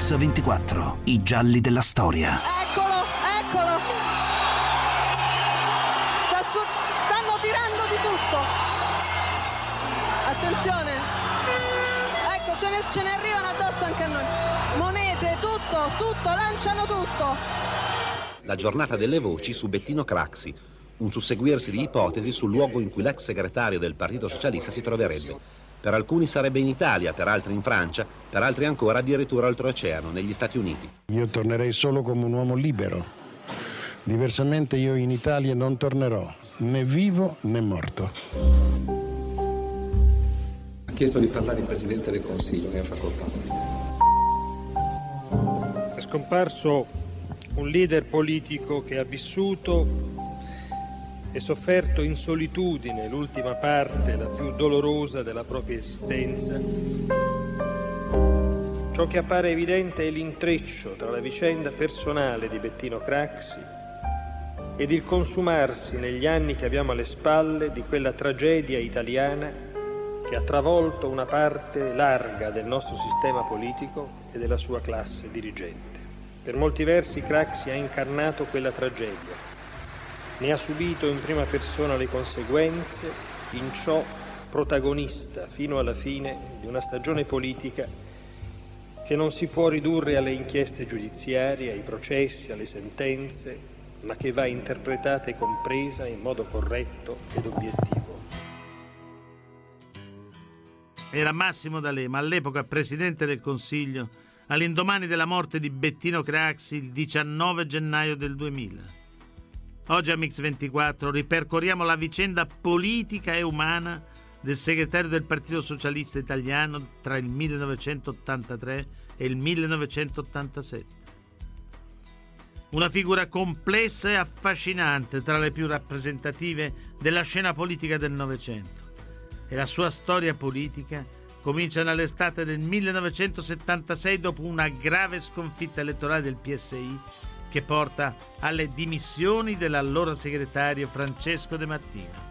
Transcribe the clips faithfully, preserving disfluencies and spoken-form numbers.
Mix ventiquattro, i gialli della storia. Eccolo, eccolo! Sta su... Stanno tirando di tutto! Attenzione! Ecco, ce ne, ce ne arrivano addosso anche a noi. Monete, tutto, tutto, lanciano tutto! La giornata delle voci su Bettino Craxi, un susseguirsi di ipotesi sul luogo in cui l'ex segretario del Partito Socialista si troverebbe. Per alcuni sarebbe in Italia, per altri in Francia, per altri ancora addirittura oltreoceano, negli Stati Uniti. Io tornerei solo come un uomo libero. Diversamente io in Italia non tornerò, né vivo né morto. Ha chiesto di parlare il Presidente del Consiglio, ne ha facoltà. È scomparso un leader politico che ha vissuto e sofferto in solitudine l'ultima parte, la più dolorosa della propria esistenza. Ciò che appare evidente è l'intreccio tra la vicenda personale di Bettino Craxi ed il consumarsi negli anni che abbiamo alle spalle di quella tragedia italiana che ha travolto una parte larga del nostro sistema politico e della sua classe dirigente. Per molti versi Craxi ha incarnato quella tragedia. Ne ha subito in prima persona le conseguenze, in ciò protagonista fino alla fine di una stagione politica che non si può ridurre alle inchieste giudiziarie, ai processi, alle sentenze, ma che va interpretata e compresa in modo corretto ed obiettivo. Era Massimo D'Alema, all'epoca Presidente del Consiglio, all'indomani della morte di Bettino Craxi il diciannove gennaio del duemila. Oggi a Mix ventiquattro ripercorriamo la vicenda politica e umana del segretario del Partito Socialista Italiano tra il millenovecentottantatré e il millenovecentottantasette. Una figura complessa e affascinante, tra le più rappresentative della scena politica del Novecento. E la sua storia politica comincia nell'estate del millenovecentosettantasei dopo una grave sconfitta elettorale del P S I che porta alle dimissioni dell'allora segretario Francesco De Martino.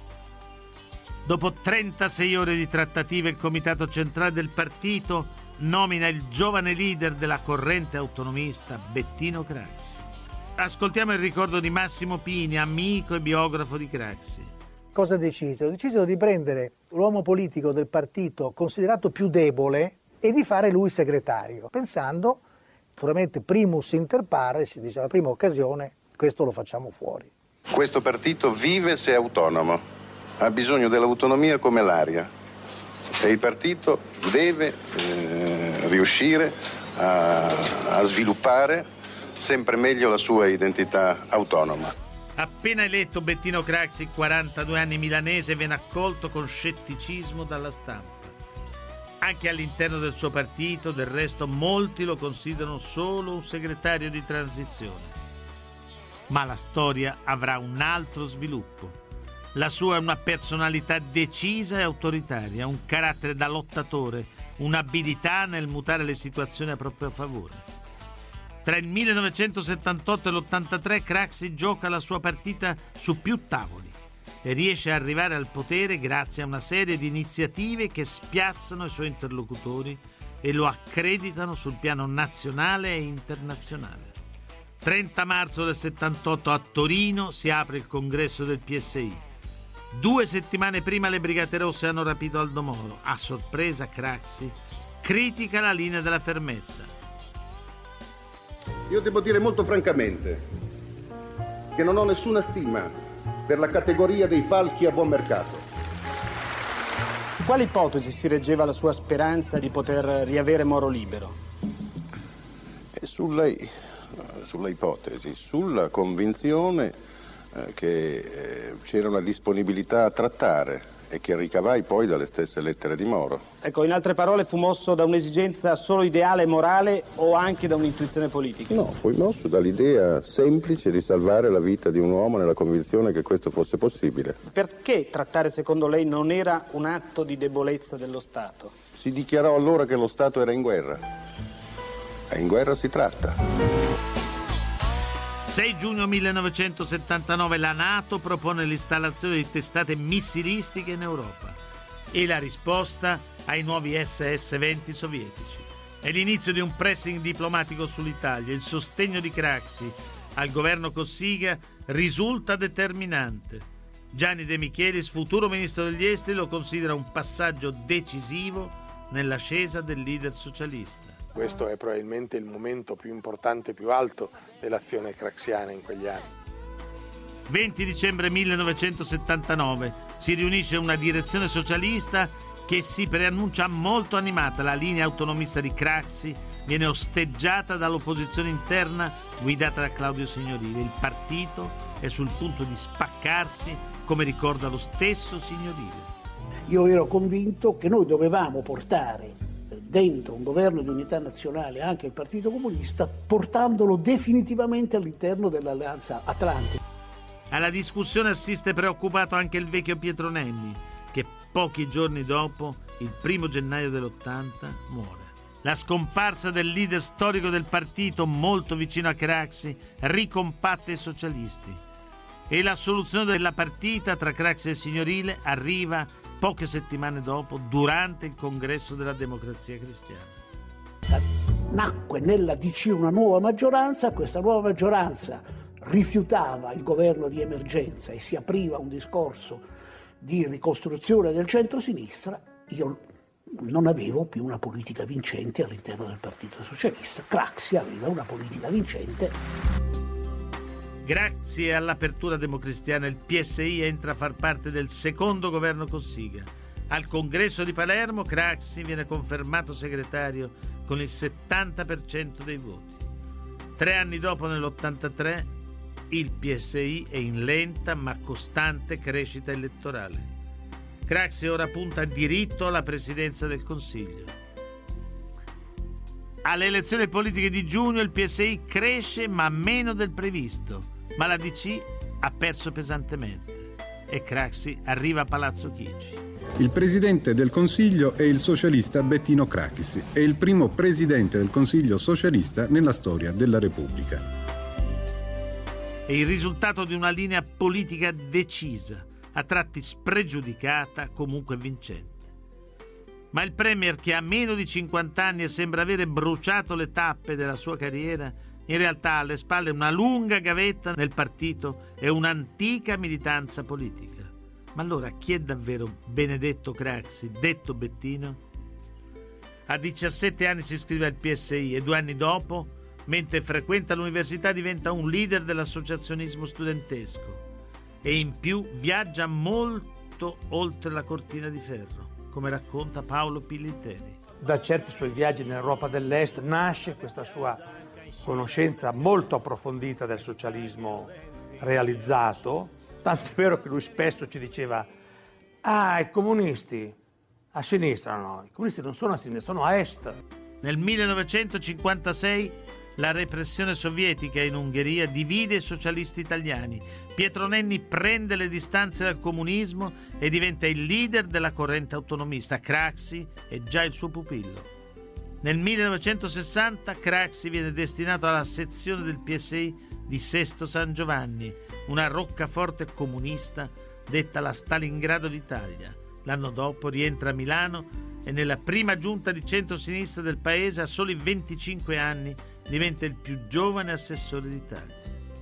Dopo trentasei ore di trattative, il comitato centrale del partito nomina il giovane leader della corrente autonomista, Bettino Craxi. Ascoltiamo il ricordo di Massimo Pini, amico e biografo di Craxi. Cosa decisero? Decisero di prendere l'uomo politico del partito considerato più debole e di fare lui segretario, pensando, naturalmente primus inter pares, si dice la prima occasione, questo lo facciamo fuori. Questo partito vive se è autonomo, ha bisogno dell'autonomia come l'aria e il partito deve eh, riuscire a, a sviluppare sempre meglio la sua identità autonoma. Appena eletto, Bettino Craxi, quarantadue anni, milanese, viene accolto con scetticismo dalla stampa. Anche all'interno del suo partito, del resto, molti lo considerano solo un segretario di transizione. Ma la storia avrà un altro sviluppo. La sua è una personalità decisa e autoritaria, un carattere da lottatore, un'abilità nel mutare le situazioni a proprio favore. Tra il millenovecentosettantotto e l'ottantatré Craxi gioca la sua partita su più tavoli e riesce ad arrivare al potere grazie a una serie di iniziative che spiazzano i suoi interlocutori e lo accreditano sul piano nazionale e internazionale. trenta marzo del settantotto a Torino si apre il congresso del P S I. Due settimane prima le Brigate Rosse hanno rapito Aldo Moro. A sorpresa Craxi critica la linea della fermezza. Io devo dire molto francamente che non ho nessuna stima per la categoria dei falchi a buon mercato. Quale ipotesi si reggeva la sua speranza di poter riavere Moro libero? E sulla, sulla ipotesi, sulla convinzione eh, che eh, c'era una disponibilità a trattare e che ricavai poi dalle stesse lettere di Moro. Ecco, in altre parole, fu mosso da un'esigenza solo ideale e morale o anche da un'intuizione politica? No, fui mosso dall'idea semplice di salvare la vita di un uomo nella convinzione che questo fosse possibile. Perché trattare, secondo lei, non era un atto di debolezza dello Stato? Si dichiarò allora che lo Stato era in guerra. E in guerra si tratta. sei giugno millenovecentosettantanove la NATO propone l'installazione di testate missilistiche in Europa e la risposta ai nuovi S S venti sovietici. È l'inizio di un pressing diplomatico sull'Italia. Il sostegno di Craxi al governo Cossiga risulta determinante. Gianni De Michelis, futuro ministro degli esteri, lo considera un passaggio decisivo nell'ascesa del leader socialista. Questo è probabilmente il momento più importante, più alto dell'azione craxiana in quegli anni. venti dicembre millenovecentosettantanove si riunisce una direzione socialista che si preannuncia molto animata. La linea autonomista di Craxi viene osteggiata dall'opposizione interna guidata da Claudio Signorile. Il partito è sul punto di spaccarsi, come ricorda lo stesso Signorile. Io ero convinto che noi dovevamo portare dentro un governo di unità nazionale anche il Partito Comunista, portandolo definitivamente all'interno dell'Alleanza Atlantica. Alla discussione assiste preoccupato anche il vecchio Pietro Nenni, che pochi giorni dopo, il primo gennaio dell'ottanta, muore. La scomparsa del leader storico del partito, molto vicino a Craxi, ricompatte i socialisti. E la soluzione della partita tra Craxi e Signorile arriva poche settimane dopo, durante il congresso della Democrazia Cristiana. Nacque nella D C una nuova maggioranza, questa nuova maggioranza rifiutava il governo di emergenza e si apriva un discorso di ricostruzione del centro-sinistra. Io non avevo più una politica vincente all'interno del Partito Socialista. Craxi aveva una politica vincente. Grazie all'apertura democristiana il P S I entra a far parte del secondo governo Cossiga. Al congresso di Palermo Craxi viene confermato segretario con il settanta per cento dei voti. Tre anni dopo, nell'ottantatré, il P S I è in lenta ma costante crescita elettorale. Craxi ora punta diritto alla presidenza del Consiglio. Alle elezioni politiche di giugno il P S I cresce ma meno del previsto, ma la D C ha perso pesantemente e Craxi arriva a Palazzo Chigi. Il presidente del Consiglio è il socialista Bettino Craxi, è il primo presidente del Consiglio socialista nella storia della Repubblica. È il risultato di una linea politica decisa, a tratti spregiudicata, comunque vincente. Ma il premier, che ha meno di cinquanta anni e sembra avere bruciato le tappe della sua carriera, in realtà ha alle spalle una lunga gavetta nel partito e un'antica militanza politica. Ma allora chi è davvero Benedetto Craxi, detto Bettino? A diciassette anni si iscrive al P S I e due anni dopo, mentre frequenta l'università, diventa un leader dell'associazionismo studentesco e in più viaggia molto oltre la cortina di ferro, come racconta Paolo Pillitteri. Da certi suoi viaggi nell'Europa dell'Est nasce questa sua conoscenza molto approfondita del socialismo realizzato, tanto è vero che lui spesso ci diceva: ah, i comunisti a sinistra, no, i comunisti non sono a sinistra, sono a est. Nel millenovecentocinquantasei la repressione sovietica in Ungheria divide i socialisti italiani. Pietro Nenni prende le distanze dal comunismo e diventa il leader della corrente autonomista. Craxi è già il suo pupillo. Nel millenovecentosessanta Craxi viene destinato alla sezione del P S I di Sesto San Giovanni, una roccaforte comunista detta la Stalingrado d'Italia. L'anno dopo rientra a Milano e nella prima giunta di centrosinistra del paese, a soli venticinque anni, diventa il più giovane assessore d'Italia.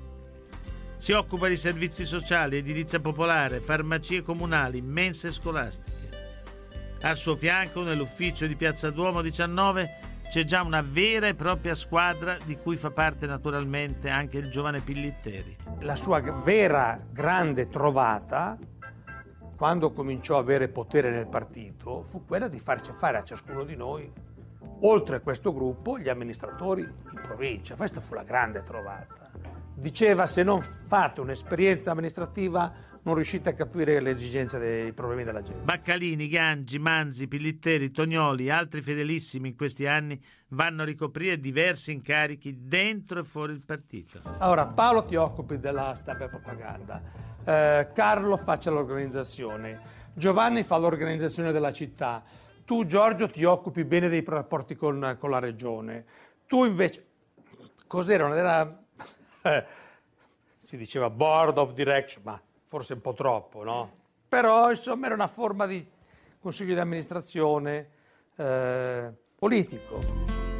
Si occupa di servizi sociali, edilizia popolare, farmacie comunali, mense scolastiche. Al suo fianco, nell'ufficio di Piazza Duomo diciannove, c'è già una vera e propria squadra di cui fa parte naturalmente anche il giovane Pillitteri. La sua vera grande trovata, quando cominciò a avere potere nel partito, fu quella di farci fare a ciascuno di noi, oltre a questo gruppo, gli amministratori in provincia. Questa fu la grande trovata. Diceva: se non fate un'esperienza amministrativa non riuscite a capire le esigenze dei problemi della gente. Baccalini, Gangi, Manzi, Pillitteri, Tognoli e altri fedelissimi in questi anni vanno a ricoprire diversi incarichi dentro e fuori il partito. Allora, Paolo, ti occupi della stampa e propaganda, eh, Carlo faccia l'organizzazione, Giovanni fa l'organizzazione della città, tu, Giorgio, ti occupi bene dei rapporti con, con la regione, tu invece... Cos'era? Non era... Eh, si diceva board of direction, ma forse un po' troppo, no? Però, insomma, era una forma di consiglio di amministrazione eh, politico.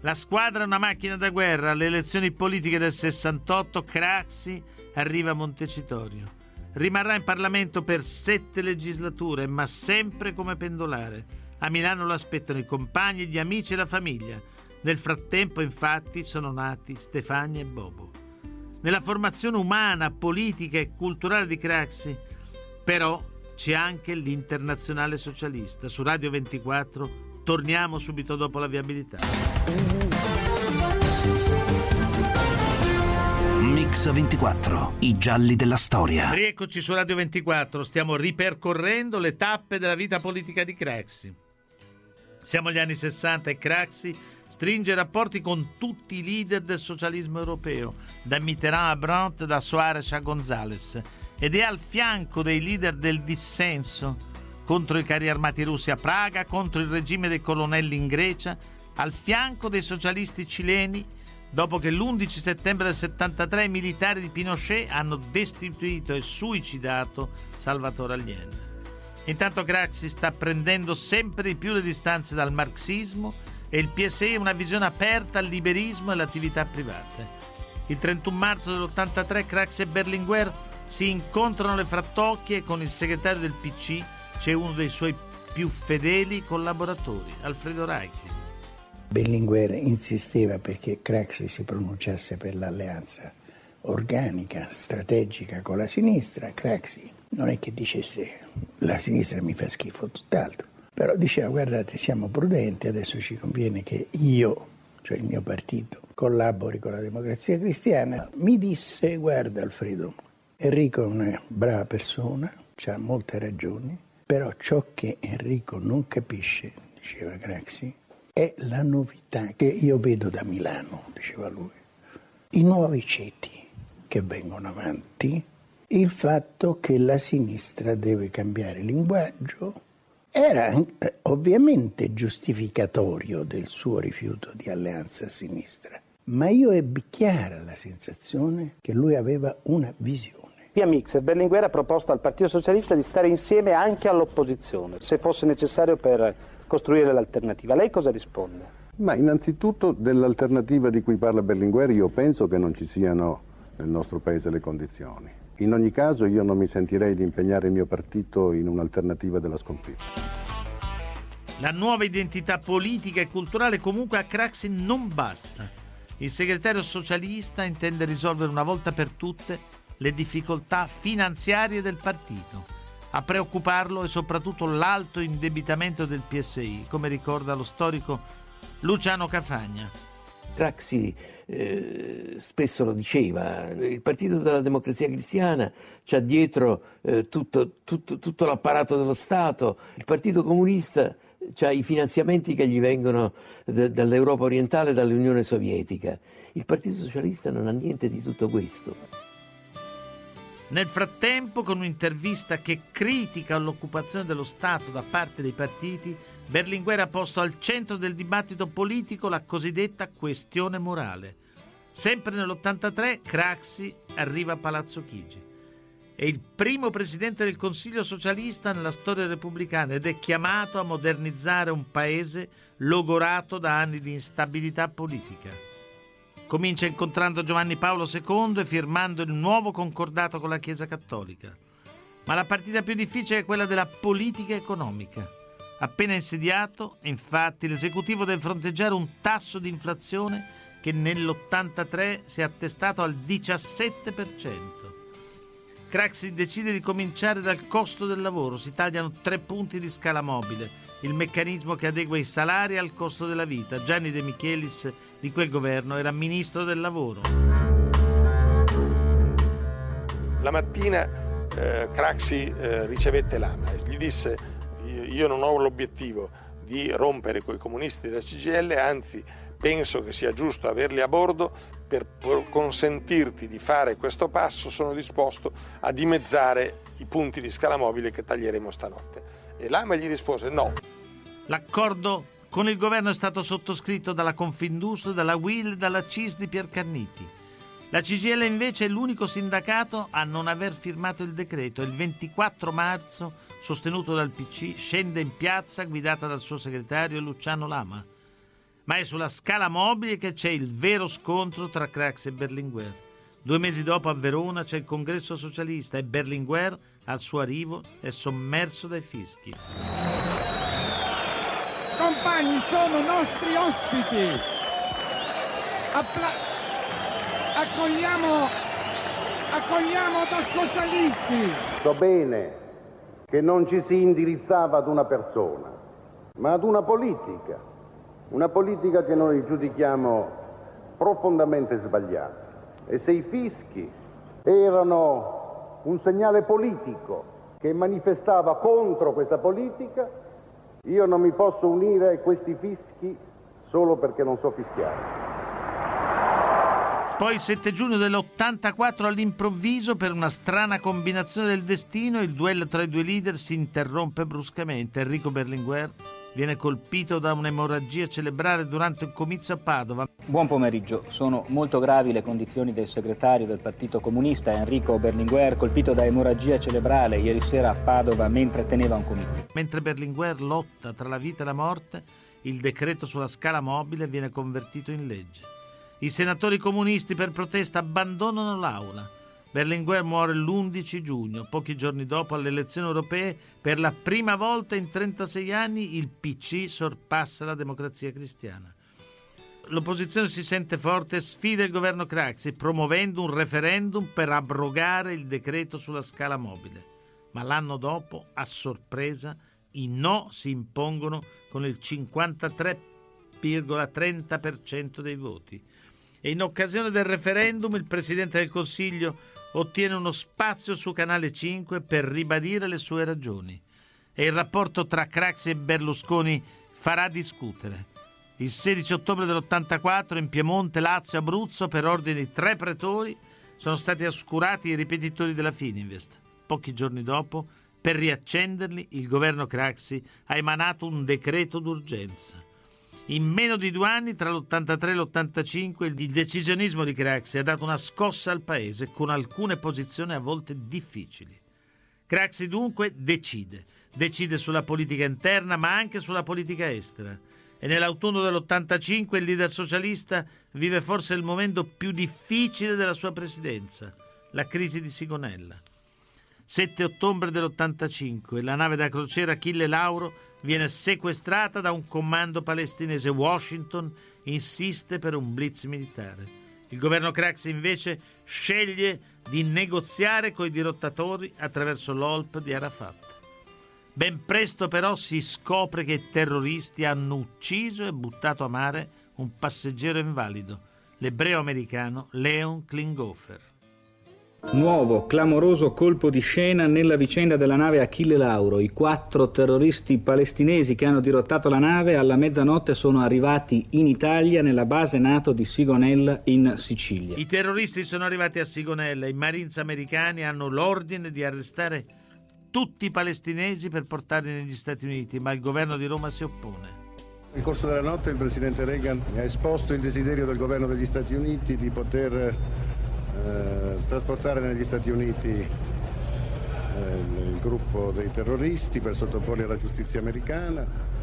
La squadra è una macchina da guerra. Alle elezioni politiche del sessantotto Craxi arriva a Montecitorio. Rimarrà in Parlamento per sette legislature, ma sempre come pendolare. A Milano lo aspettano i compagni, gli amici e la famiglia. Nel frattempo, infatti, sono nati Stefania e Bobo. Nella formazione umana, politica e culturale di Craxi, però, c'è anche l'Internazionale Socialista. Su Radio ventiquattro torniamo subito dopo la viabilità. Mix ventiquattro, i gialli della storia. Rieccoci su Radio ventiquattro, stiamo ripercorrendo le tappe della vita politica di Craxi. Siamo agli anni sessanta e Craxi stringe rapporti con tutti i leader del socialismo europeo, da Mitterrand a Brandt, da Soares a González, ed è al fianco dei leader del dissenso contro i carri armati russi a Praga, contro il regime dei colonnelli in Grecia, al fianco dei socialisti cileni, dopo che l'undici settembre del settantatré i militari di Pinochet hanno destituito e suicidato Salvatore Allende. Intanto Craxi sta prendendo sempre di più le distanze dal marxismo e il P S I è una visione aperta al liberismo e alle attività private. Il trentuno marzo dell'ottantatré Craxi e Berlinguer si incontrano alle Frattocchie e con il segretario del P C c'è uno dei suoi più fedeli collaboratori, Alfredo Reichling. Berlinguer insisteva perché Craxi si pronunciasse per l'alleanza organica, strategica con la sinistra. Craxi non è che dicesse la sinistra mi fa schifo, tutt'altro, però diceva guardate siamo prudenti, adesso ci conviene che io, cioè il mio partito, collabori con la Democrazia Cristiana. Mi disse guarda Alfredo, Enrico è una brava persona, ha molte ragioni, però ciò che Enrico non capisce, diceva Craxi, è la novità che io vedo da Milano, diceva lui. I nuovi ceti che vengono avanti, il fatto che la sinistra deve cambiare linguaggio, era ovviamente giustificatorio del suo rifiuto di alleanza a sinistra, ma io ebbi chiara la sensazione che lui aveva una visione. Via Mixer, Berlinguer ha proposto al Partito Socialista di stare insieme anche all'opposizione, se fosse necessario per costruire l'alternativa. Lei cosa risponde? Ma innanzitutto dell'alternativa di cui parla Berlinguer io penso che non ci siano nel nostro paese le condizioni. In ogni caso io non mi sentirei di impegnare il mio partito in un'alternativa della sconfitta. La nuova identità politica e culturale comunque a Craxi non basta. Il segretario socialista intende risolvere una volta per tutte le difficoltà finanziarie del partito. A preoccuparlo è soprattutto l'alto indebitamento del P S I, come ricorda lo storico Luciano Cafagna. Craxi eh, spesso lo diceva, il Partito della Democrazia Cristiana c'ha dietro eh, tutto, tutto, tutto l'apparato dello Stato, il Partito Comunista c'ha i finanziamenti che gli vengono d- dall'Europa orientale e dall'Unione Sovietica. Il Partito Socialista non ha niente di tutto questo. Nel frattempo, con un'intervista che critica l'occupazione dello Stato da parte dei partiti, Berlinguer ha posto al centro del dibattito politico la cosiddetta questione morale. Sempre nell'ottantatré Craxi arriva a Palazzo Chigi. È il primo presidente del Consiglio socialista nella storia repubblicana ed è chiamato a modernizzare un paese logorato da anni di instabilità politica. Comincia incontrando Giovanni Paolo secondo e firmando il nuovo concordato con la Chiesa Cattolica. Ma la partita più difficile è quella della politica economica. Appena insediato, infatti, l'esecutivo deve fronteggiare un tasso di inflazione che nell'ottantatré si è attestato al diciassette per cento. Craxi decide di cominciare dal costo del lavoro. Si tagliano tre punti di scala mobile, il meccanismo che adegua i salari al costo della vita. Gianni De Michelis di quel governo era ministro del lavoro. La mattina eh, Craxi eh, ricevette l'A M A e gli disse io non ho l'obiettivo di rompere coi comunisti della C G I L, anzi penso che sia giusto averli a bordo per consentirti di fare questo passo, sono disposto a dimezzare i punti di scala mobile che taglieremo stanotte. E l'A M A gli rispose no. L'accordo con il governo è stato sottoscritto dalla Confindustria, dalla U I L, dalla C I S di Piercarniti. La C G I L invece è l'unico sindacato a non aver firmato il decreto. Il ventiquattro marzo, sostenuto dal P C, scende in piazza guidata dal suo segretario Luciano Lama. Ma è sulla Scala Mobile che c'è il vero scontro tra Craxi e Berlinguer. Due mesi dopo a Verona c'è il congresso socialista e Berlinguer al suo arrivo è sommerso dai fischi. Compagni, sono nostri ospiti. Appla- accogliamo, accogliamo da socialisti. So bene che non ci si indirizzava ad una persona, ma ad una politica, una politica che noi giudichiamo profondamente sbagliata. E se i fischi erano un segnale politico che manifestava contro questa politica, io non mi posso unire a questi fischi solo perché non so fischiare. Poi il sette giugno dell'ottantaquattro all'improvviso, per una strana combinazione del destino, il duello tra i due leader si interrompe bruscamente. Enrico Berlinguer viene colpito da un'emorragia cerebrale durante un comizio a Padova. Buon pomeriggio. Sono molto gravi le condizioni del segretario del Partito Comunista, Enrico Berlinguer, colpito da emorragia cerebrale ieri sera a Padova mentre teneva un comizio. Mentre Berlinguer lotta tra la vita e la morte, il decreto sulla Scala Mobile viene convertito in legge. I senatori comunisti per protesta abbandonano l'aula. Berlinguer muore l'undici giugno. Pochi giorni dopo, alle elezioni europee, per la prima volta in trentasei anni il P C sorpassa la Democrazia Cristiana. L'opposizione si sente forte e sfida il governo Craxi, promuovendo un referendum per abrogare il decreto sulla Scala Mobile. Ma l'anno dopo, a sorpresa, i no si impongono con il cinquantatré virgola trenta per cento dei voti. E in occasione del referendum il Presidente del Consiglio ottiene uno spazio su Canale cinque per ribadire le sue ragioni. E il rapporto tra Craxi e Berlusconi farà discutere. Il sedici ottobre dell'ottantaquattro in Piemonte, Lazio e Abruzzo, per ordine di tre pretori, sono stati oscurati i ripetitori della Fininvest. Pochi giorni dopo, per riaccenderli, il governo Craxi ha emanato un decreto d'urgenza. In meno di due anni, tra l'ottantatré e l'ottantacinque, il decisionismo di Craxi ha dato una scossa al paese con alcune posizioni a volte difficili. Craxi dunque decide. Decide sulla politica interna ma anche sulla politica estera. E nell'autunno dell'ottantacinque il leader socialista vive forse il momento più difficile della sua presidenza, la crisi di Sigonella. sette ottobre dell'ottantacinque, la nave da crociera Achille Lauro viene sequestrata da un comando palestinese. Washington insiste per un blitz militare. Il governo Craxi invece sceglie di negoziare coi dirottatori attraverso l'O L P di Arafat. Ben presto però si scopre che i terroristi hanno ucciso e buttato a mare un passeggero invalido, l'ebreo americano Leon Klinghoffer. Nuovo, clamoroso colpo di scena nella vicenda della nave Achille Lauro. I quattro terroristi palestinesi che hanno dirottato la nave alla mezzanotte sono arrivati in Italia nella base NATO di Sigonella in Sicilia. I terroristi sono arrivati a Sigonella. I Marines americani hanno l'ordine di arrestare tutti i palestinesi per portarli negli Stati Uniti, ma il governo di Roma si oppone. Nel corso della notte il presidente Reagan mi ha esposto il desiderio del governo degli Stati Uniti di poter Eh, trasportare negli Stati Uniti eh, il gruppo dei terroristi per sottoporli alla giustizia americana.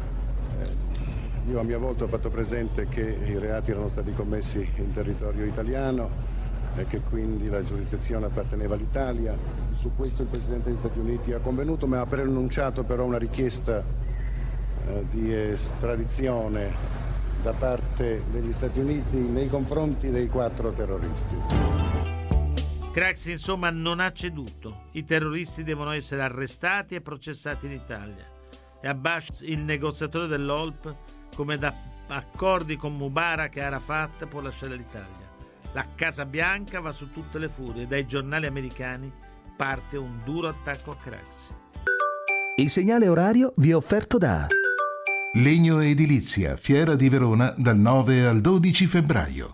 Eh, io a mia volta ho fatto presente che i reati erano stati commessi in territorio italiano e che quindi la giurisdizione apparteneva all'Italia. Su questo il Presidente degli Stati Uniti ha convenuto, ma ha preannunciato però una richiesta eh, di estradizione da parte degli Stati Uniti nei confronti dei quattro terroristi. Craxi insomma non ha ceduto. I terroristi devono essere arrestati e processati in Italia. E Abbas, il negoziatore dell'O L P, come da accordi con Mubarak e Arafat, può lasciare l'Italia. La Casa Bianca va su tutte le furie. Dai giornali americani parte un duro attacco a Craxi. Il segnale orario vi è offerto da Legno Edilizia, Fiera di Verona, dal nove al dodici febbraio.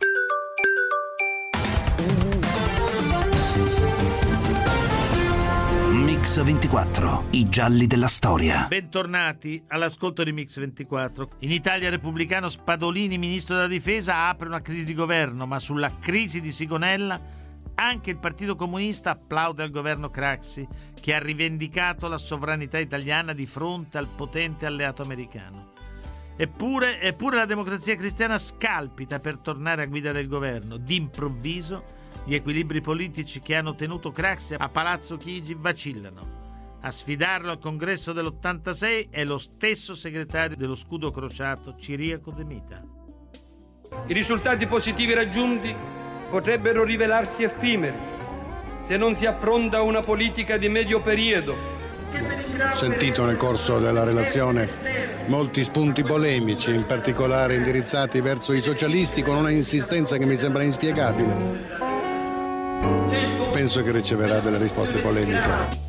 Mix ventiquattro, i gialli della storia. Bentornati all'ascolto di Mix ventiquattro. In Italia repubblicano Spadolini, ministro della difesa, apre una crisi di governo, ma sulla crisi di Sigonella anche il Partito Comunista applaude al governo Craxi, che ha rivendicato la sovranità italiana di fronte al potente alleato americano. Eppure, eppure la Democrazia Cristiana scalpita per tornare a guidare il governo. D'improvviso gli equilibri politici che hanno tenuto Craxi a Palazzo Chigi vacillano. A sfidarlo al congresso dell'ottantasei è lo stesso segretario dello Scudo Crociato, Ciriaco De Mita. I risultati positivi raggiunti potrebbero rivelarsi effimeri se non si appronta una politica di medio periodo. Ho sentito nel corso della relazione molti spunti polemici, in particolare indirizzati verso i socialisti con una insistenza che mi sembra inspiegabile. Penso che riceverà delle risposte polemiche.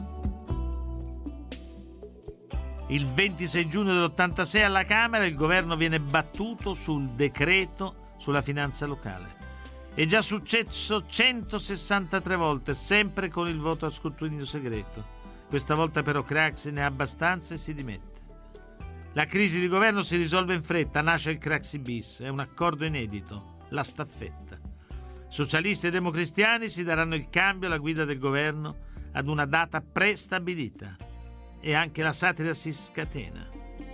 Il ventisei giugno dell'ottantasei alla Camera il governo viene battuto sul decreto sulla finanza locale. È già successo centosessantatré volte, sempre con il voto a scrutinio segreto. Questa volta però Craxi ne ha abbastanza e si dimette. La crisi di governo si risolve in fretta, nasce il Craxi bis, è un accordo inedito, la staffetta. Socialisti e democristiani si daranno il cambio alla guida del governo ad una data prestabilita. E anche la satira si scatena.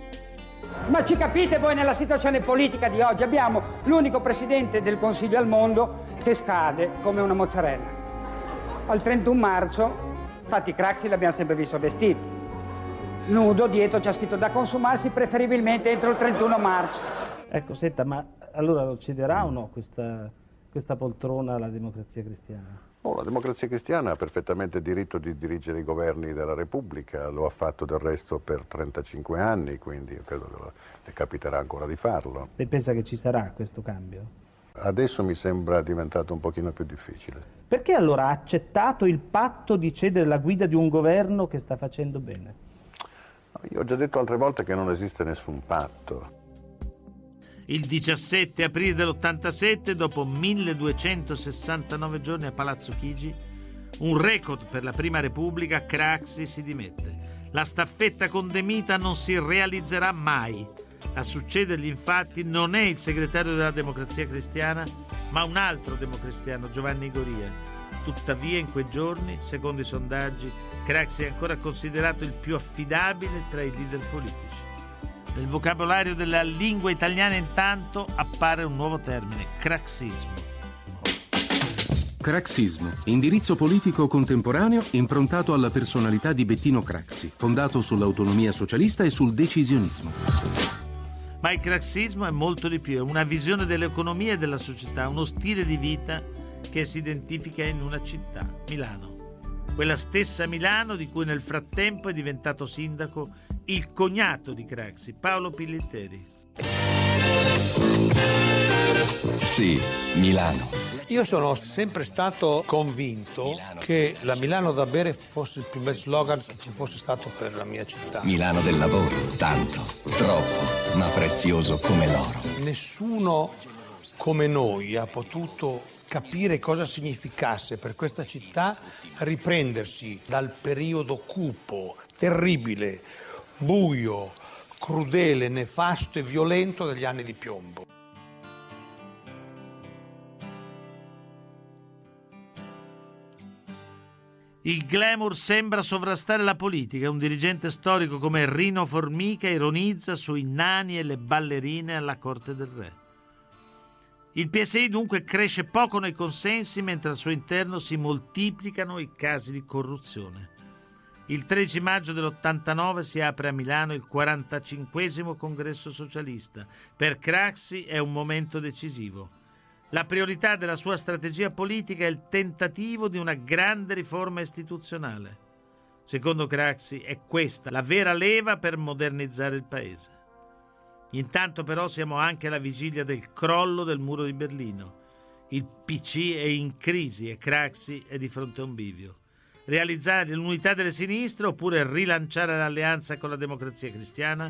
Ma ci capite voi nella situazione politica di oggi? Abbiamo l'unico presidente del Consiglio al mondo che scade come una mozzarella. Al trentuno marzo, infatti Craxi l'abbiamo sempre visto vestito. Nudo, dietro c'è scritto da consumarsi preferibilmente entro il trentuno marzo. Ecco, senta, ma allora lo cederà o no questa, questa poltrona alla Democrazia Cristiana? Oh, la Democrazia Cristiana ha perfettamente diritto di dirigere i governi della Repubblica, lo ha fatto del resto per trentacinque anni, quindi io credo che le capiterà ancora di farlo. Lei pensa che ci sarà questo cambio? Adesso mi sembra diventato un pochino più difficile. Perché allora ha accettato il patto di cedere la guida di un governo che sta facendo bene? Io ho già detto altre volte che non esiste nessun patto. Il diciassette aprile dell'ottantasette, dopo milleduecentosessantanove giorni a Palazzo Chigi, un record per la Prima Repubblica, Craxi si dimette. La staffetta con De Mita non si realizzerà mai. A succedergli infatti non è il segretario della Democrazia Cristiana, ma un altro democristiano, Giovanni Goria. Tuttavia in quei giorni, secondo i sondaggi, Craxi è ancora considerato il più affidabile tra i leader politici. Nel vocabolario della lingua italiana intanto appare un nuovo termine, craxismo. Craxismo, indirizzo politico contemporaneo improntato alla personalità di Bettino Craxi, fondato sull'autonomia socialista e sul decisionismo. Ma il craxismo è molto di più, è una visione dell'economia e della società, uno stile di vita che si identifica in una città, Milano. Quella stessa Milano di cui nel frattempo è diventato sindaco il cognato di Craxi, Paolo Pillitteri. Sì, Milano. Io sono sempre stato convinto che la Milano da bere fosse il più bel slogan che ci fosse stato per la mia città. Milano del lavoro, tanto, troppo, ma prezioso come l'oro. Nessuno come noi ha potuto capire cosa significasse per questa città riprendersi dal periodo cupo, terribile, buio, crudele, nefasto e violento degli anni di piombo. Il glamour sembra sovrastare la politica. Un dirigente storico come Rino Formica ironizza sui nani e le ballerine alla corte del re. Il P S I dunque cresce poco nei consensi, mentre al suo interno si moltiplicano i casi di corruzione. Il tredici maggio dell'ottantanove si apre a Milano il quarantacinquesimo congresso socialista. Per Craxi è un momento decisivo. La priorità della sua strategia politica è il tentativo di una grande riforma istituzionale. Secondo Craxi è questa la vera leva per modernizzare il paese. Intanto però siamo anche alla vigilia del crollo del muro di Berlino. Il P C è in crisi e Craxi è di fronte a un bivio. Realizzare l'unità delle sinistre oppure rilanciare l'alleanza con la Democrazia Cristiana?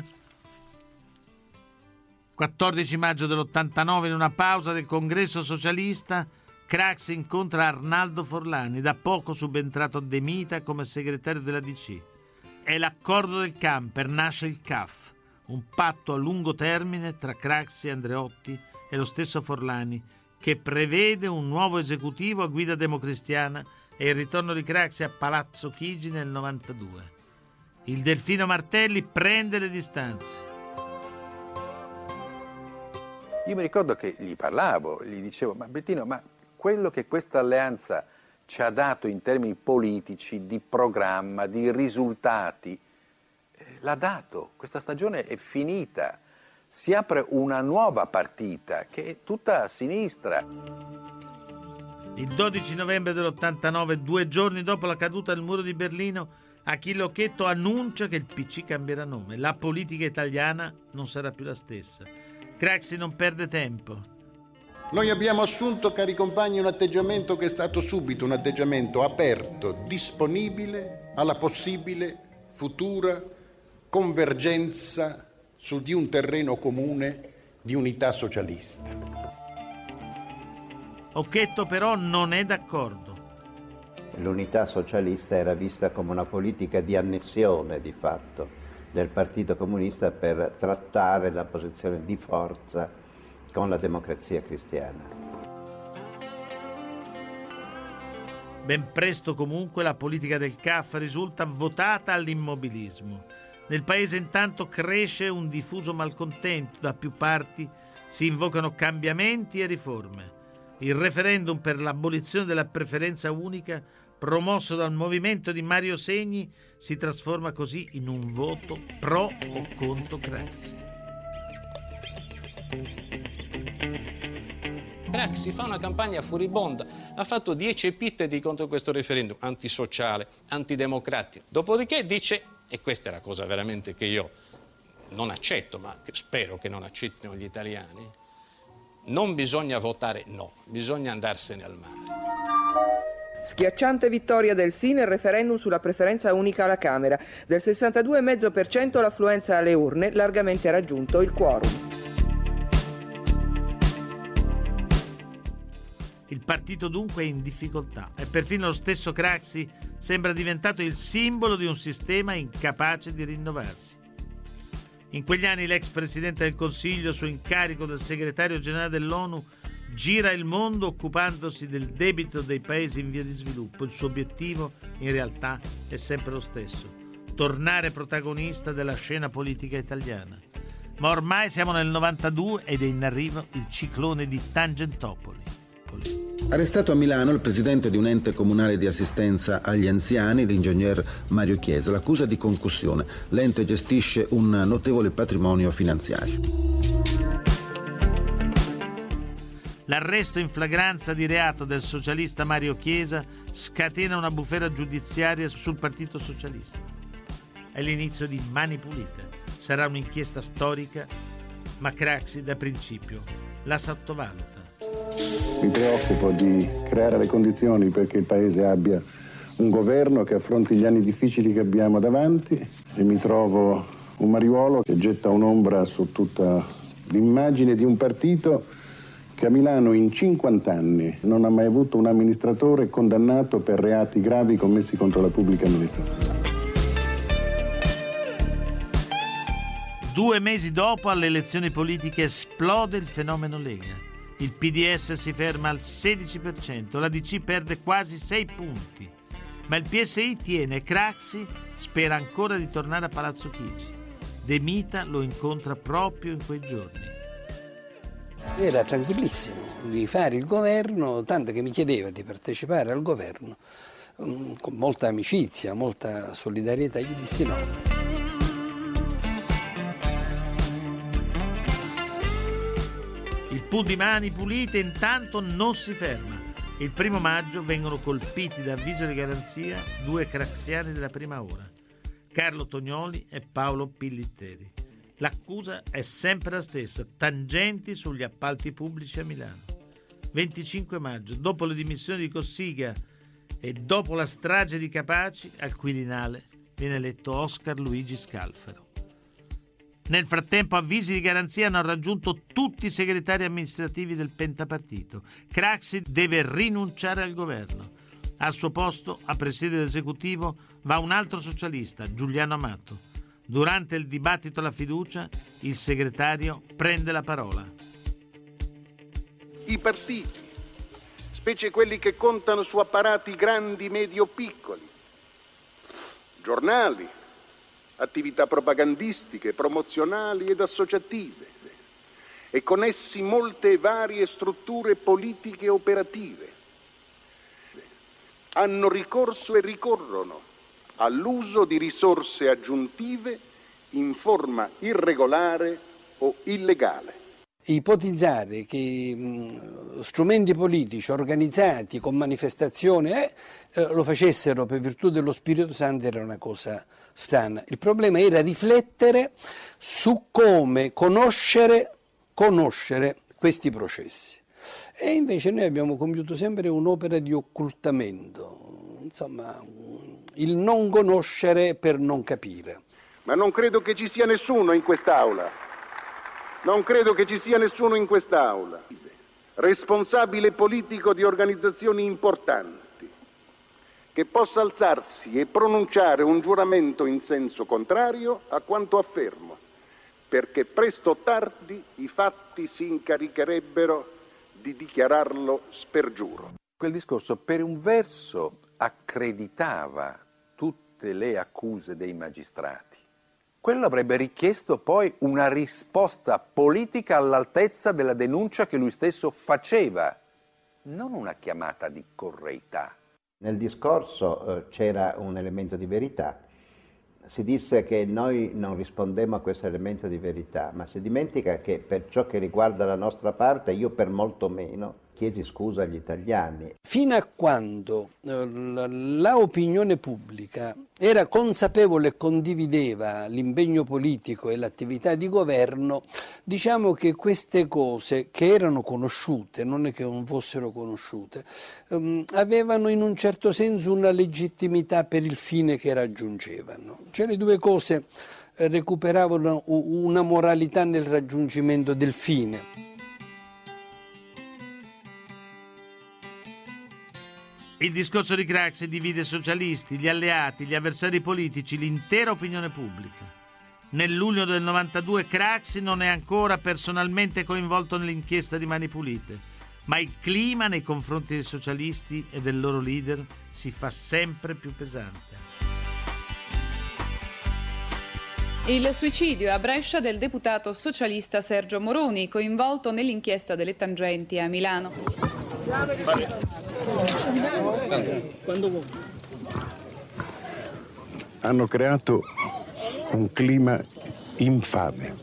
quattordici maggio dell'ottantanove, in una pausa del congresso socialista, Craxi incontra Arnaldo Forlani, da poco subentrato De Mita come segretario della D C. È l'accordo del camper, nasce il C A F. Un patto a lungo termine tra Craxi, Andreotti e lo stesso Forlani, che prevede un nuovo esecutivo a guida democristiana e il ritorno di Craxi a Palazzo Chigi nel novantadue. Il Delfino Martelli prende le distanze. Io mi ricordo che gli parlavo, gli dicevo, ma Bettino, ma quello che questa alleanza ci ha dato in termini politici, di programma, di risultati, eh, l'ha dato. Questa stagione è finita. Si apre una nuova partita che è tutta a sinistra. Il dodici novembre dell'ottantanove, due giorni dopo la caduta del muro di Berlino, Achille Occhetto annuncia che il P C cambierà nome. La politica italiana non sarà più la stessa. Craxi non perde tempo. Noi abbiamo assunto, cari compagni, un atteggiamento che è stato subito un atteggiamento aperto, disponibile alla possibile futura convergenza su di un terreno comune di unità socialista. Occhetto però non è d'accordo. L'unità socialista era vista come una politica di annessione di fatto del Partito Comunista per trattare la posizione di forza con la Democrazia Cristiana. Ben presto comunque la politica del C A F risulta votata all'immobilismo. Nel paese intanto cresce un diffuso malcontento, da più parti si invocano cambiamenti e riforme. Il referendum per l'abolizione della preferenza unica, promosso dal movimento di Mario Segni, si trasforma così in un voto pro o contro Craxi. Craxi fa una campagna furibonda, ha fatto dieci epiteti contro questo referendum, antisociale, antidemocratico. Dopodiché dice, e questa è la cosa veramente che io non accetto, ma spero che non accettino gli italiani, non bisogna votare no, bisogna andarsene al mare. Schiacciante vittoria del sì nel referendum sulla preferenza unica alla Camera. Del sessantadue virgola cinque per cento l'affluenza alle urne, largamente raggiunto il quorum. Il partito dunque è in difficoltà e perfino lo stesso Craxi sembra diventato il simbolo di un sistema incapace di rinnovarsi. In quegli anni l'ex Presidente del Consiglio, su incarico del Segretario Generale dell'ONU, gira il mondo occupandosi del debito dei paesi in via di sviluppo. Il suo obiettivo, in realtà, è sempre lo stesso: tornare protagonista della scena politica italiana. Ma ormai siamo nel novantadue ed è in arrivo il ciclone di Tangentopoli. Arrestato a Milano il presidente di un ente comunale di assistenza agli anziani, l'ingegner Mario Chiesa. L'accusa di concussione. L'ente gestisce un notevole patrimonio finanziario. L'arresto in flagranza di reato del socialista Mario Chiesa scatena una bufera giudiziaria sul Partito Socialista. È l'inizio di Mani Pulite. Sarà un'inchiesta storica, ma Craxi da principio la sottovaluta. Mi preoccupo di creare le condizioni perché il Paese abbia un governo che affronti gli anni difficili che abbiamo davanti, e mi trovo un mariuolo che getta un'ombra su tutta l'immagine di un partito che a Milano in cinquanta anni non ha mai avuto un amministratore condannato per reati gravi commessi contro la pubblica amministrazione. Due mesi dopo, alle elezioni politiche, esplode il fenomeno Lega. Il P D S si ferma al sedici per cento, la D C perde quasi sei punti. Ma il P S I tiene. Craxi spera ancora di tornare a Palazzo Chigi. De Mita lo incontra proprio in quei giorni. Era tranquillissimo di fare il governo, tanto che mi chiedeva di partecipare al governo um, con molta amicizia, molta solidarietà. Gli dissi no. Il P U di Mani Pulite intanto non si ferma. Il primo maggio vengono colpiti da avviso di garanzia due craxiani della prima ora, Carlo Tognoli e Paolo Pillitteri. L'accusa è sempre la stessa: tangenti sugli appalti pubblici a Milano. venticinque maggio, dopo le dimissioni di Cossiga e dopo la strage di Capaci, al Quirinale viene eletto Oscar Luigi Scalfaro. Nel frattempo avvisi di garanzia hanno raggiunto tutti i segretari amministrativi del pentapartito. Craxi deve rinunciare al governo. Al suo posto, a presiedere l'esecutivo, va un altro socialista, Giuliano Amato. Durante il dibattito alla fiducia, il segretario prende la parola. I partiti, specie quelli che contano su apparati grandi, medi o piccoli, giornali, attività propagandistiche, promozionali ed associative, e con essi molte varie strutture politiche operative. Hanno ricorso e ricorrono all'uso di risorse aggiuntive in forma irregolare o illegale. Ipotizzare che mh, strumenti politici organizzati con manifestazioni eh, eh, lo facessero per virtù dello Spirito Santo era una cosa strana. Il problema era riflettere su come conoscere, conoscere questi processi. E invece noi abbiamo compiuto sempre un'opera di occultamento, insomma, il non conoscere per non capire. Ma non credo che ci sia nessuno in quest'Aula. Non credo che ci sia nessuno in quest'Aula, responsabile politico di organizzazioni importanti, che possa alzarsi e pronunciare un giuramento in senso contrario a quanto affermo, perché presto o tardi i fatti si incaricherebbero di dichiararlo spergiuro. Quel discorso per un verso accreditava tutte le accuse dei magistrati. Quello avrebbe richiesto poi una risposta politica all'altezza della denuncia che lui stesso faceva, non una chiamata di correità. Nel discorso eh, c'era un elemento di verità. Si disse che noi non rispondemmo a questo elemento di verità, ma si dimentica che per ciò che riguarda la nostra parte, io per molto meno chiesi scusa agli italiani. Fino a quando eh, la opinione pubblica era consapevole e condivideva l'impegno politico e l'attività di governo, diciamo che queste cose che erano conosciute, non è che non fossero conosciute, ehm, avevano in un certo senso una legittimità per il fine che raggiungevano. Cioè le due cose eh, recuperavano una moralità nel raggiungimento del fine. Il discorso di Craxi divide i socialisti, gli alleati, gli avversari politici, l'intera opinione pubblica. Nel luglio del novantadue Craxi non è ancora personalmente coinvolto nell'inchiesta di Mani Pulite, ma il clima nei confronti dei socialisti e del loro leader si fa sempre più pesante. Il suicidio a Brescia del deputato socialista Sergio Moroni, coinvolto nell'inchiesta delle tangenti a Milano. Quando vuoi. Hanno creato un clima infame.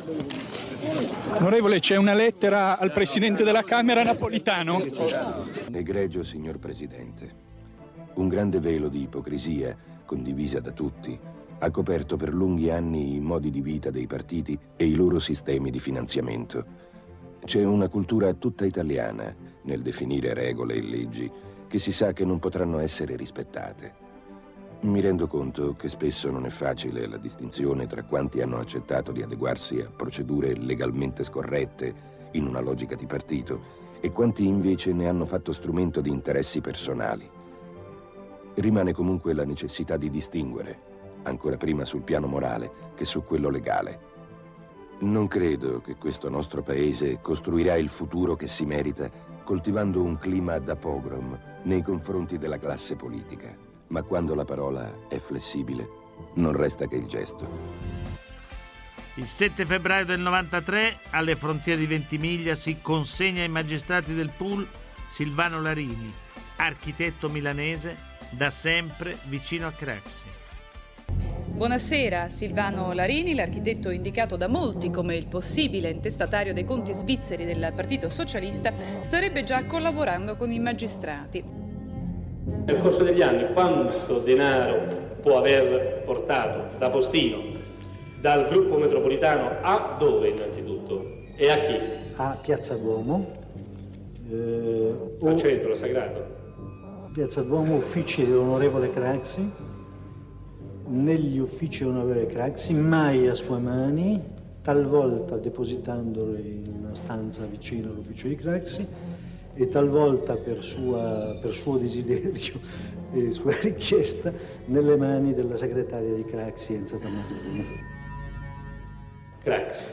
Onorevole, c'è una lettera al Presidente della Camera Napolitano. Egregio signor Presidente, un grande velo di ipocrisia, condivisa da tutti, ha coperto per lunghi anni i modi di vita dei partiti e i loro sistemi di finanziamento. C'è una cultura tutta italiana nel definire regole e leggi che si sa che non potranno essere rispettate. Mi rendo conto che spesso non è facile la distinzione tra quanti hanno accettato di adeguarsi a procedure legalmente scorrette in una logica di partito e quanti invece ne hanno fatto strumento di interessi personali. Rimane comunque la necessità di distinguere, ancora prima sul piano morale che su quello legale. Non credo che questo nostro paese costruirà il futuro che si merita coltivando un clima da pogrom nei confronti della classe politica. Ma quando la parola è flessibile, non resta che il gesto. Il sette febbraio del novantatré, alle frontiere di Ventimiglia, si consegna ai magistrati del P U L Silvano Larini, architetto milanese, da sempre vicino a Craxi. Buonasera, Silvano Larini, l'architetto indicato da molti come il possibile intestatario dei conti svizzeri del Partito Socialista, starebbe già collaborando con i magistrati. Nel corso degli anni quanto denaro può aver portato da postino dal gruppo metropolitano a dove innanzitutto e a chi? A Piazza Duomo. Eh, Al centro sagrato? A Piazza Duomo, uffici dell'onorevole Craxi. Negli uffici dell'onorevole Craxi, mai a sue mani, talvolta depositandolo in una stanza vicino all'ufficio di Craxi e talvolta per, sua, per suo desiderio e sua richiesta nelle mani della segretaria di Craxi, Enza Tomasini. Craxi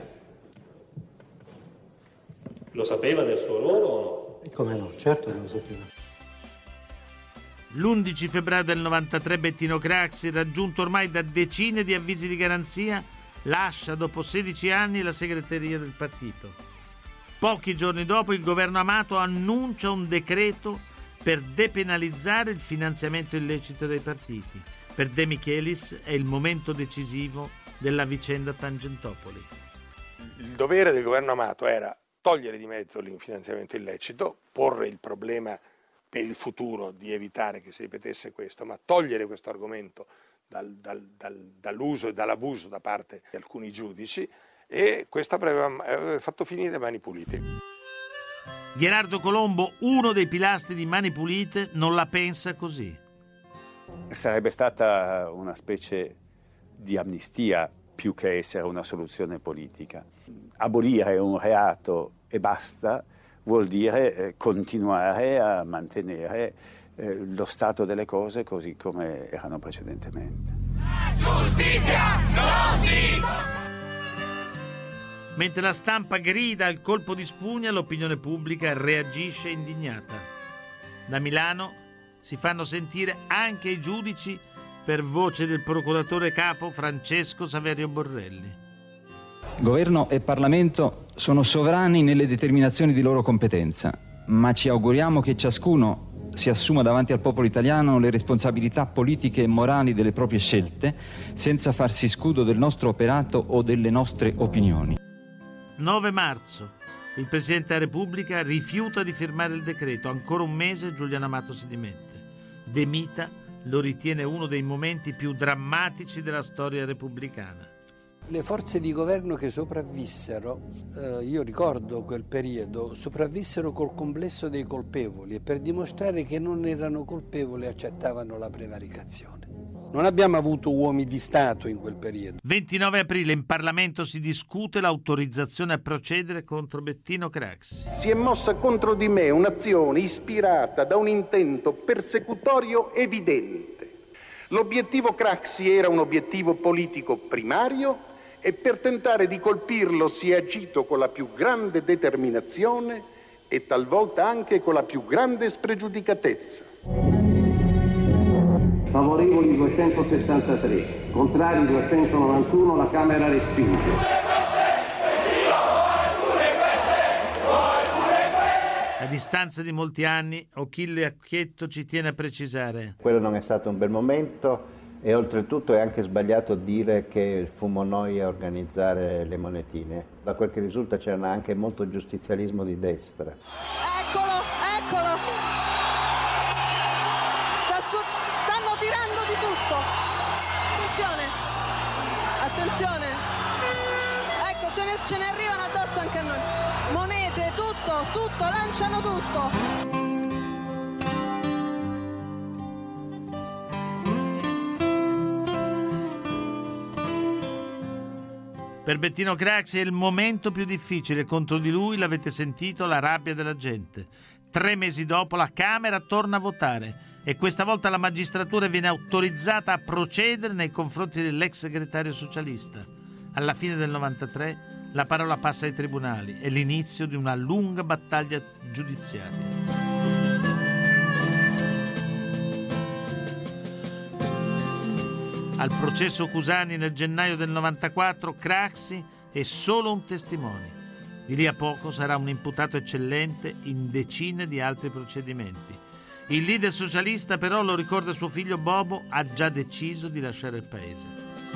lo sapeva del suo ruolo o no? E come no, certo che lo sapeva. L'undici febbraio del novantatré Bettino Craxi, raggiunto ormai da decine di avvisi di garanzia, lascia dopo sedici anni la segreteria del partito. Pochi giorni dopo il governo Amato annuncia un decreto per depenalizzare il finanziamento illecito dei partiti. Per De Michelis è il momento decisivo della vicenda Tangentopoli. Il dovere del governo Amato era togliere di mezzo il finanziamento illecito, porre il problema per il futuro di evitare che si ripetesse questo, ma togliere questo argomento dal, dal, dal, dall'uso e dall'abuso da parte di alcuni giudici, e questo avrebbe fatto finire Mani Pulite. Gherardo Colombo, uno dei pilastri di Mani Pulite, non la pensa così. Sarebbe stata una specie di amnistia più che essere una soluzione politica. Abolire un reato e basta vuol dire eh, continuare a mantenere eh, lo stato delle cose così come erano precedentemente. Giustizia non si fa! Mentre la stampa grida al colpo di spugna, l'opinione pubblica reagisce indignata. Da Milano si fanno sentire anche i giudici per voce del procuratore capo Francesco Saverio Borrelli. Governo e Parlamento sono sovrani nelle determinazioni di loro competenza, ma ci auguriamo che ciascuno si assuma davanti al popolo italiano le responsabilità politiche e morali delle proprie scelte, senza farsi scudo del nostro operato o delle nostre opinioni. nove marzo. Il Presidente della Repubblica rifiuta di firmare il decreto. Ancora un mese Giuliano Amato si dimette. De Mita lo ritiene uno dei momenti più drammatici della storia repubblicana. Le forze di governo che sopravvissero, eh, io ricordo quel periodo, sopravvissero col complesso dei colpevoli e per dimostrare che non erano colpevoli accettavano la prevaricazione. Non abbiamo avuto uomini di Stato in quel periodo. ventinove aprile in Parlamento si discute l'autorizzazione a procedere contro Bettino Craxi. Si è mossa contro di me un'azione ispirata da un intento persecutorio evidente. L'obiettivo Craxi era un obiettivo politico primario e per tentare di colpirlo si è agito con la più grande determinazione e talvolta anche con la più grande spregiudicatezza. Favorevoli duecentosettantatré, contrari duecentonovantuno, la Camera respinge. A distanza di molti anni, Achille Acchietto ci tiene a precisare: quello non è stato un bel momento e oltretutto è anche sbagliato dire che fummo noi a organizzare le monetine. Da quel che risulta c'era anche molto giustizialismo di destra. Eccolo, eccolo! Di tutto. Attenzione, attenzione, ecco ce ne, ce ne arrivano addosso anche a noi, monete, tutto, tutto, lanciano tutto. Per Bettino Craxi è il momento più difficile. Contro di lui, l'avete sentito, la rabbia della gente. Tre mesi dopo la Camera torna a votare e questa volta la magistratura viene autorizzata a procedere nei confronti dell'ex segretario socialista. Alla fine del novantatré la parola passa ai tribunali, è l'inizio di una lunga battaglia giudiziaria. Al processo Cusani nel gennaio del novantaquattro, Craxi è solo un testimone. Di lì a poco sarà un imputato eccellente in decine di altri procedimenti. Il leader socialista però, lo ricorda suo figlio Bobo, ha già deciso di lasciare il paese.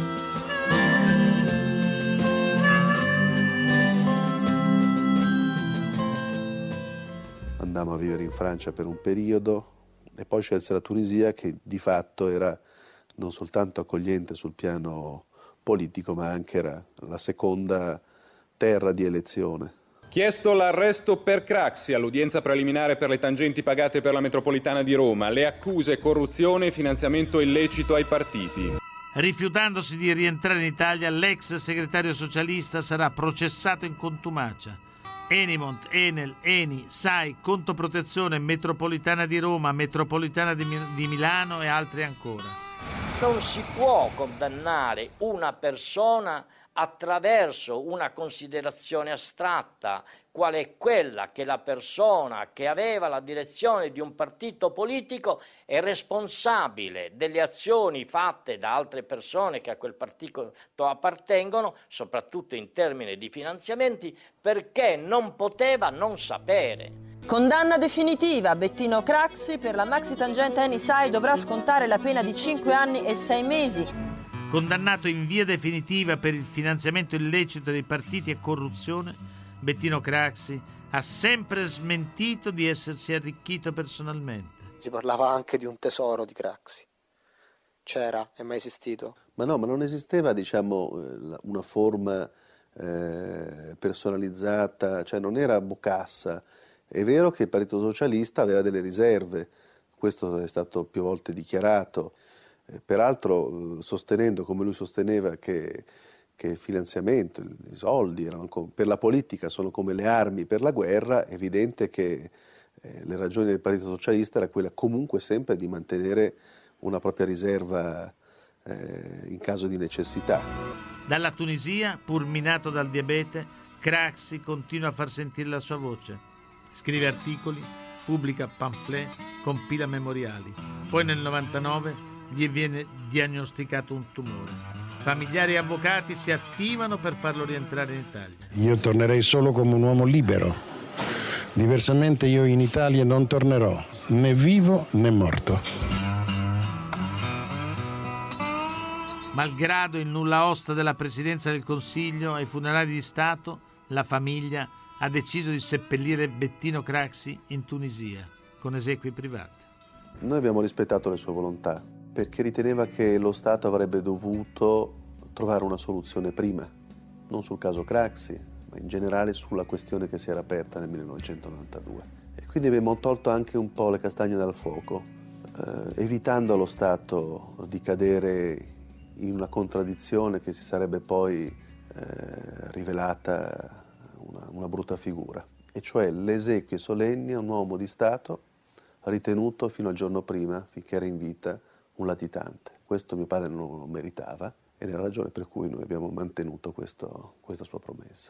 Andammo a vivere in Francia per un periodo e poi scelse la Tunisia, che di fatto era non soltanto accogliente sul piano politico, ma anche era la seconda terra di elezione. Chiesto l'arresto per Craxi all'udienza preliminare per le tangenti pagate per la metropolitana di Roma, le accuse corruzione e finanziamento illecito ai partiti. Rifiutandosi di rientrare in Italia, l'ex segretario socialista sarà processato in contumacia. Enimont, Enel, Eni, S A I, Conto Protezione, Metropolitana di Roma, Metropolitana di, Mi- di Milano e altri ancora. Non si può condannare una persona attraverso una considerazione astratta, qual è quella che la persona che aveva la direzione di un partito politico è responsabile delle azioni fatte da altre persone che a quel partito appartengono, soprattutto in termini di finanziamenti, perché non poteva non sapere. Condanna definitiva. Bettino Craxi per la maxi tangente Eni-Sai dovrà scontare la pena di cinque anni e sei mesi. Condannato in via definitiva per il finanziamento illecito dei partiti e corruzione, Bettino Craxi ha sempre smentito di essersi arricchito personalmente. Si parlava anche di un tesoro di Craxi. C'era? È mai esistito? Ma no, ma non esisteva, diciamo, una forma eh, personalizzata, cioè non era Bocassa. È vero che il Partito Socialista aveva delle riserve, questo è stato più volte dichiarato, eh, peraltro eh, sostenendo, come lui sosteneva, che, che il finanziamento, i soldi erano com- per la politica sono come le armi per la guerra. È evidente che eh, le ragioni del Partito Socialista era quella comunque sempre di mantenere una propria riserva eh, in caso di necessità. Dalla Tunisia, pur minato dal diabete, Craxi continua a far sentire la sua voce. Scrive articoli, pubblica pamphlet, compila memoriali. Poi nel novantanove gli viene diagnosticato un tumore. Familiari e avvocati si attivano per farlo rientrare in Italia. Io tornerei solo come un uomo libero. Diversamente io in Italia non tornerò, né vivo né morto. Malgrado il nulla osta della Presidenza del Consiglio ai funerali di Stato, la famiglia ha deciso di seppellire Bettino Craxi in Tunisia, con esequie private. Noi abbiamo rispettato le sue volontà, perché riteneva che lo Stato avrebbe dovuto trovare una soluzione prima, non sul caso Craxi, ma in generale sulla questione che si era aperta nel millenovecentonovantadue. E quindi abbiamo tolto anche un po' le castagne dal fuoco, eh, evitando allo Stato di cadere in una contraddizione che si sarebbe poi eh, rivelata Una, una brutta figura, e cioè le esequie solenni a un uomo di Stato ritenuto fino al giorno prima, finché era in vita, un latitante. Questo mio padre non lo meritava ed è la ragione per cui noi abbiamo mantenuto questo, questa sua promessa.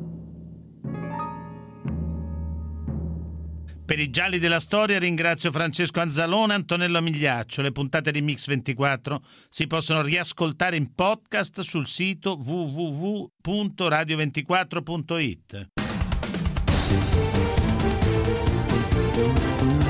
Per i gialli della storia ringrazio Francesco Anzalone e Antonello Migliaccio. Le puntate di Mix ventiquattro si possono riascoltare in podcast sul sito w w w punto radio ventiquattro punto it.